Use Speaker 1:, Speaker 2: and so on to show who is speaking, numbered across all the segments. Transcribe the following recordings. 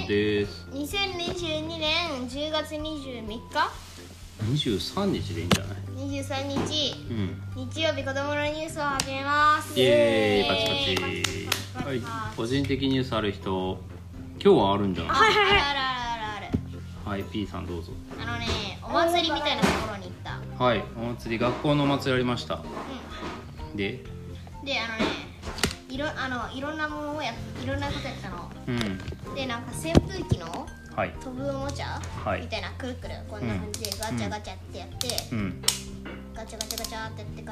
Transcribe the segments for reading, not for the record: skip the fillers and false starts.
Speaker 1: です。
Speaker 2: 2022年10月23日
Speaker 1: 23日でいいんじゃない？
Speaker 2: 23日、
Speaker 1: うん、
Speaker 2: 日曜日子供のニュースを始めます。
Speaker 1: イエーイ、パチパチ。はい、個人的ニュースある人、今日はあるんじゃない？
Speaker 2: はいはいはい、ある。
Speaker 1: はい、P さんどうぞ。
Speaker 2: お祭りみたいなところに行った。
Speaker 1: はい、お祭り、学校のお祭りありました。で
Speaker 2: いろんなものをいろんなことやったの。で、なんか扇風機の飛ぶおもちゃ、みたいなくるくるこんな感じでガチャガチャってやって、ガチャガチャガチャってやってから、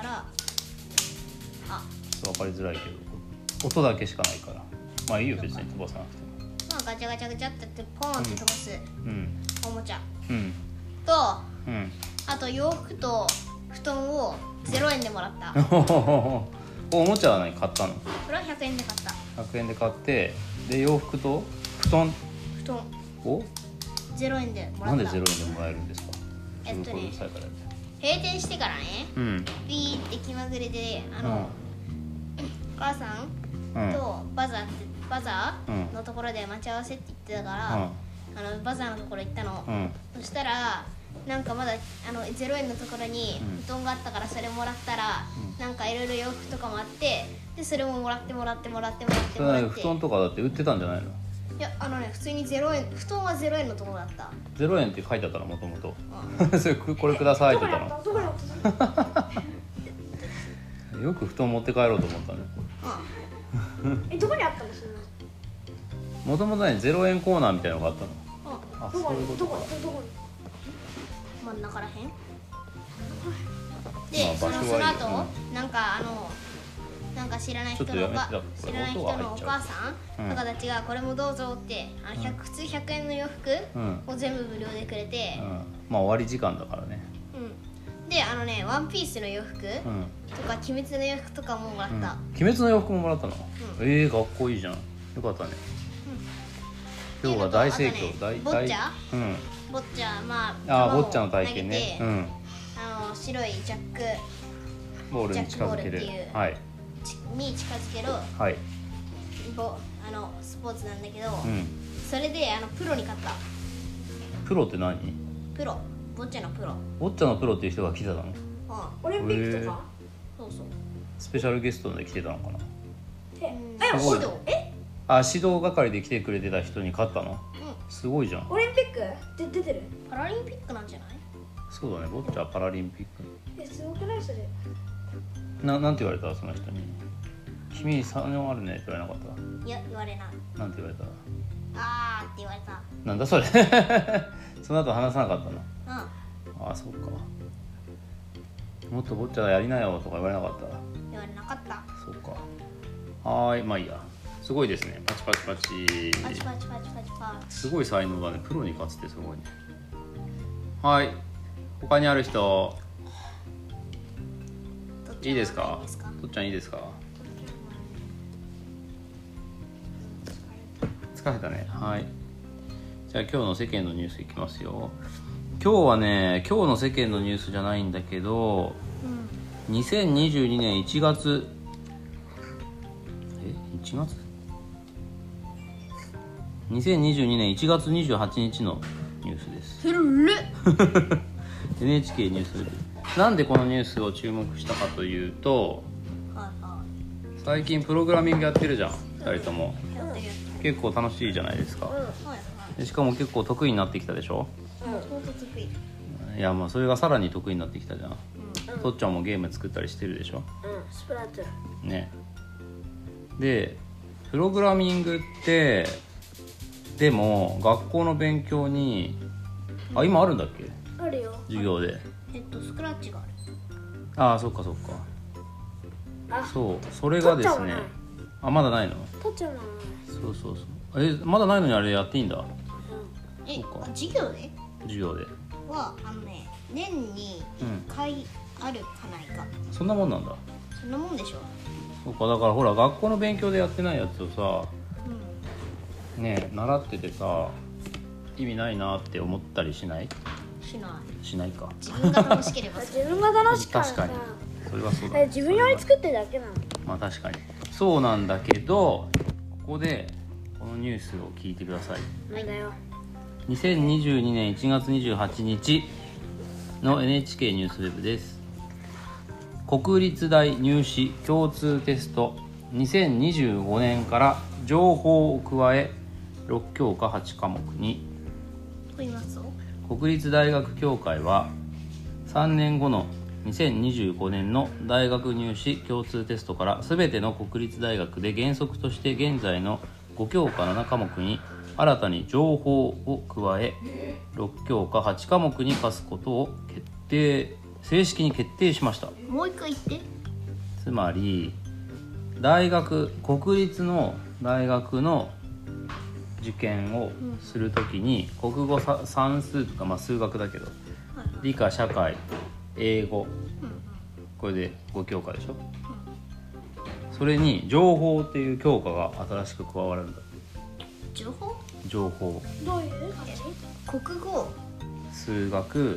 Speaker 1: 分かりづらいけど音だけしかないから、まあいいよ別に飛ばさなくても。
Speaker 2: まあガチャガチャガチャってやってポンって飛ばすおもちゃと、あと洋服と布団を0円でもらった。
Speaker 1: おもちゃは何買ったの？
Speaker 2: これは100円で買った。
Speaker 1: 100円で買って、で洋服と布団を
Speaker 2: 0円でもらった。
Speaker 1: なんで0円でもらえるんですか？
Speaker 2: 閉店してからね、ビーって気まぐれでお母さんとバザーのところで待ち合わせって言ってたから、バザーのところ行ったの。そしたらなんかまだ0円のところに布団があったから、それもらったら、なんかいろいろ洋服とかもあって、でそれももらって。布
Speaker 1: 団とかだって売ってたんじゃないの？
Speaker 2: いや普通に0円、布団は0円のところだった。
Speaker 1: 0円って書いてあったのもともと。それこれくださいって言ったの？よく布団持って帰ろうと思ったね。
Speaker 2: どこにあったのそんな？
Speaker 1: もともとね0円コーナーみたいなのがあったの。そういうことか。
Speaker 2: 真ん中らへんで、その後、なんか知らない人のお母さんとかたちがこれもどうぞって普通100円の洋服を全部無料でくれて、
Speaker 1: まあ終わり時間だからね。
Speaker 2: でワンピースの洋服とか鬼滅の洋服とかももらった。
Speaker 1: 鬼滅の洋服ももらったの？かっこいいじゃん。よかったね。今日は大盛況。
Speaker 2: ボッチャ、ボッチャの体験ね。白いジャック
Speaker 1: ボールに近づける、
Speaker 2: に近づけるスポーツなんだけど、それでプロに勝った。
Speaker 1: プロって何？
Speaker 2: プロ、ボッチャのプロ。
Speaker 1: ボッチャのプロっていう人が来てたの？
Speaker 2: オリンピックとか？そう。
Speaker 1: スペシャルゲストで来てたのかな？
Speaker 2: 指導？
Speaker 1: 指導係で来てくれてた人に勝ったの？すごいじゃん。
Speaker 2: オリンピックで出てる？パラリンピックなんじゃない？そう
Speaker 1: だね、ボッチャパラリンピック。
Speaker 2: すごくないそれ？
Speaker 1: なんて言われたその人に？君才能あるねって言われなかった？
Speaker 2: いや、言われない。
Speaker 1: なんて言われた？って
Speaker 2: 言われた。
Speaker 1: なんだそれ。その後話さなかったの？そうか。もっとボッチャやりなよとか言われなかった？
Speaker 2: 言われなかった。そうか。
Speaker 1: まあいいや。すごいですね。パチパチパチ。すごい才能だね。プロに勝つってすごいね。はい。他にある人いいですか？とっちゃんいいですか？疲れたね。はい。じゃあ今日の世間のニュースいきますよ。今日はね、今日の世間のニュースじゃないんだけど、2022年1月1月2022年1月28日のニュースです。NHK ニュース。なんでこのニュースを注目したかというと、最近プログラミングやってるじゃん、2人とも。結構楽しいじゃないですか。でしかも結構得意になってきたでしょ。いや、まあそれがさらに得意になってきたじゃん。とっちゃんもゲーム作ったりしてるでしょ。
Speaker 2: スプラトゥーン
Speaker 1: ね。でプログラミングってでも学校の勉強に今あるんだっけ？
Speaker 2: あるよ、
Speaker 1: 授業で。
Speaker 2: スクラッチがある。
Speaker 1: そっか。それがですね。まだないの？
Speaker 2: とっちゃんは
Speaker 1: そうまだないのにあれやっていいんだ。
Speaker 2: 授業では年に1回あるかないか。
Speaker 1: そんなもんなんだ。
Speaker 2: そんなもんでしょ。
Speaker 1: そうか、だからほら学校の勉強でやってないやつをさ、習っててさ意味ないなって思ったりしない？しないか。
Speaker 2: 自分が楽しければ自分が楽しかったら。
Speaker 1: 確かにそれはそうだ。
Speaker 2: 自分用に作ってるだけなの。
Speaker 1: まあ確かにそうなんだけど、ここでこのニュースを聞いてください。
Speaker 2: なんだよ。
Speaker 1: 2022年1月28日の NHK ニュースウェブです。国立大入試共通テスト2025年から情報を加え6教科8科目に。国立大学協会は3年後の2025年の大学入試共通テストから全ての国立大学で原則として現在の5教科7科目に新たに情報を加え6教科8科目に課すことを正式に決定しました。
Speaker 2: もう一回言って。
Speaker 1: つまり国立の大学の受験をするときに、国語算数とか、数学だけど、理科社会英語、これで5教科でしょ、それに情報っていう教科が新しく加わるんだ。
Speaker 2: 情報
Speaker 3: どういう
Speaker 2: 国語
Speaker 1: 数学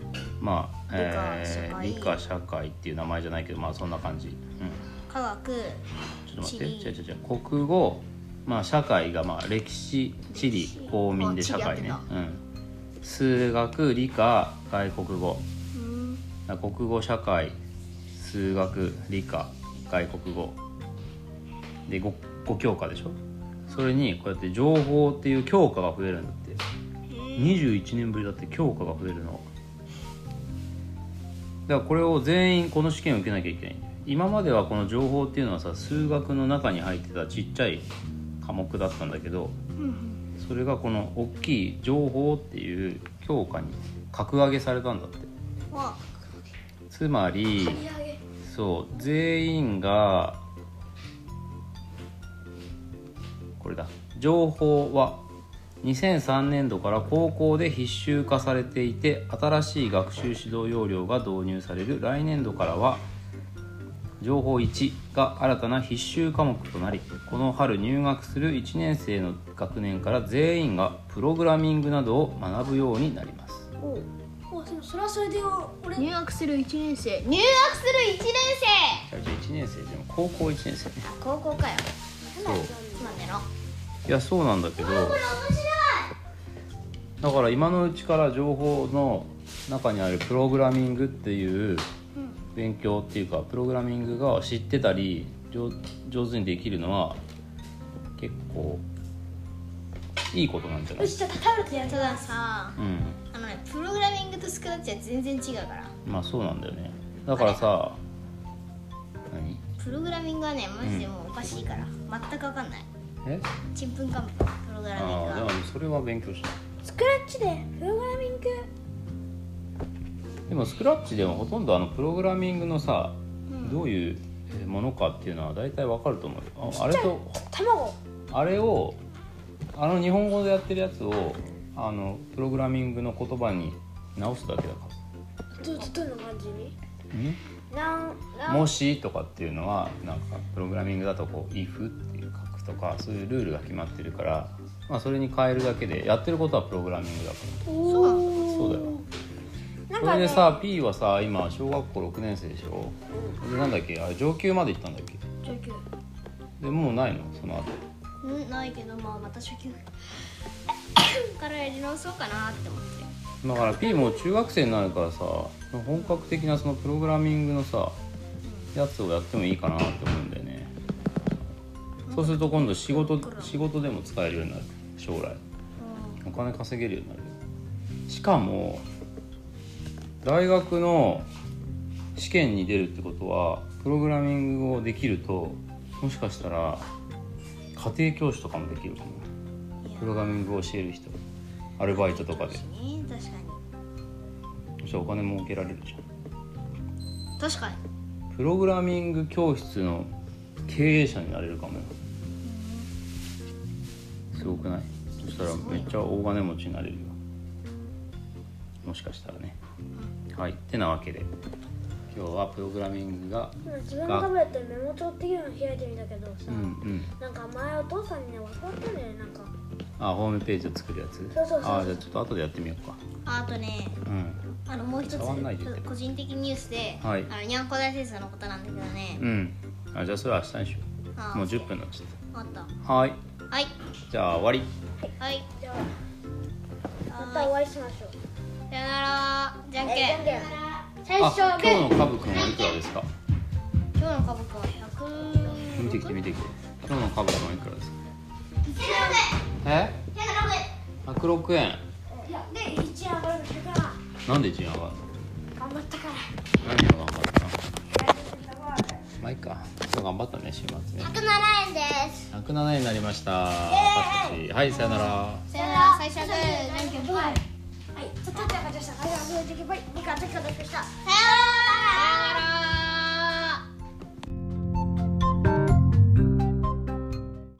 Speaker 1: 理科社会っていう名前じゃないけどそんな感じ、
Speaker 2: 科学
Speaker 1: ちょっと待って違う国語、社会が歴史地理公民で社会ね、数学理科外国語、国語社会数学理科外国語で 5教科でしょ。それにこうやって情報っていう教科が増えるんだって。21年ぶりだって教科が増えるの。だからこれを全員この試験を受けなきゃいけない。今まではこの情報っていうのはさ、数学の中に入ってたちっちゃい科目だったんだけど、それがこの大きい情報っていう教科に格上げされたんだって。つまり全員がこれだ。情報は2003年度から高校で必修化されていて、新しい学習指導要領が導入される来年度からは情報1が新たな必修科目となり、この春入学する1年生の学年から全員がプログラミングなどを学ぶようになります。
Speaker 3: それはそれで俺
Speaker 2: 入学する1年生1
Speaker 1: 年生でも高校1年生ね。
Speaker 2: 高校かよ。
Speaker 1: そう
Speaker 2: なんだろ。
Speaker 1: いやそうなんだけど、だから今のうちから情報の中にあるプログラミングっていう勉強っていうか、プログラミングが知ってたり上手にできるのは結構いいことなんじゃない？
Speaker 3: じゃあタブレットやる。
Speaker 2: たださ、プログラミングとスクラッチは全然違うから。
Speaker 1: そうなんだよね。だからさ、
Speaker 2: プログラミングはねマジでもうおかしいから、全く分かんない。ちんぷんかんぷんプログラミングは。
Speaker 1: でもそれは勉強した。
Speaker 3: スクラッチでプログラミング。
Speaker 1: でもスクラッチでもほとんどプログラミングのさ、どういうものかっていうのは大体わかると思うよ。あれを日本語でやってるやつをプログラミングの言葉に直すだけだから。
Speaker 3: どんな感じに？
Speaker 1: もしとかっていうのはプログラミングだとif っていう書くとか、そういうルールが決まってるから、それに変えるだけでやってることはプログラミングだから。そうだよ。それでさ P はさ今小学校6年生でしょ。でなんだっけ、上級まで行ったんだっけ。
Speaker 2: 上級
Speaker 1: でもうないのその後。
Speaker 2: ないけどまた初級からやり直そうかなって思って。
Speaker 1: だから P も中学生になるからさ、本格的なそのプログラミングのさやつをやってもいいかなって思うんだよね。そうすると今度仕事でも使えるようになる。将来お金稼げるようになる。しかも大学の試験に出るってことはプログラミングをできると、もしかしたら家庭教師とかもできるかも。プログラミングを教える人、アルバイトとかで。
Speaker 2: 確かに。
Speaker 1: そしたらお金儲けられるじゃん。
Speaker 2: 確かに。
Speaker 1: プログラミング教室の経営者になれるかもよ。すごくない？そしたらめっちゃ大金持ちになれるよ。もしかしたらね。はい。ってなわけで今日はプログラミングが
Speaker 3: 自分のタブレットにメモ帳っていうのを開いてみたけどさ、なんか前お父さんにね教わったんだよね。
Speaker 1: ホームページを作るやつ。
Speaker 3: そう
Speaker 1: じゃあちょっと後でやってみようか。
Speaker 2: あとね、もう一つ個人的ニュースで、にゃんこ大戦争のことなんだけどね。
Speaker 1: じゃあそれは明日にしよう。もう10分になっちゃった。
Speaker 2: あった。
Speaker 1: はい。
Speaker 2: はい。
Speaker 1: じゃあ終わり。
Speaker 2: はい。
Speaker 3: じゃあまたお会いしましょう。
Speaker 2: さよなら。じゃんけん。
Speaker 3: 最初
Speaker 1: 今日のカブくんはいくらですか？
Speaker 2: 今日のカブくんは100。
Speaker 1: 見てきて見てきて。今日のカブくんはいくらですか？106円。
Speaker 3: いやで1円上がるから。
Speaker 1: なんで1円上がるの？
Speaker 3: 頑張ったから。
Speaker 1: 何が頑張ったの？まあいいか。今日頑張ったね、週末ね。
Speaker 2: 107円です。
Speaker 1: 107円になりました。はい、さよなら。
Speaker 2: さよなら。最初はグー、じゃんけんぽい。はい。
Speaker 3: ちょっと待って、勝ちました。はい、グー、じゃんけんぽい。僕は時間だけした。
Speaker 2: さよなら。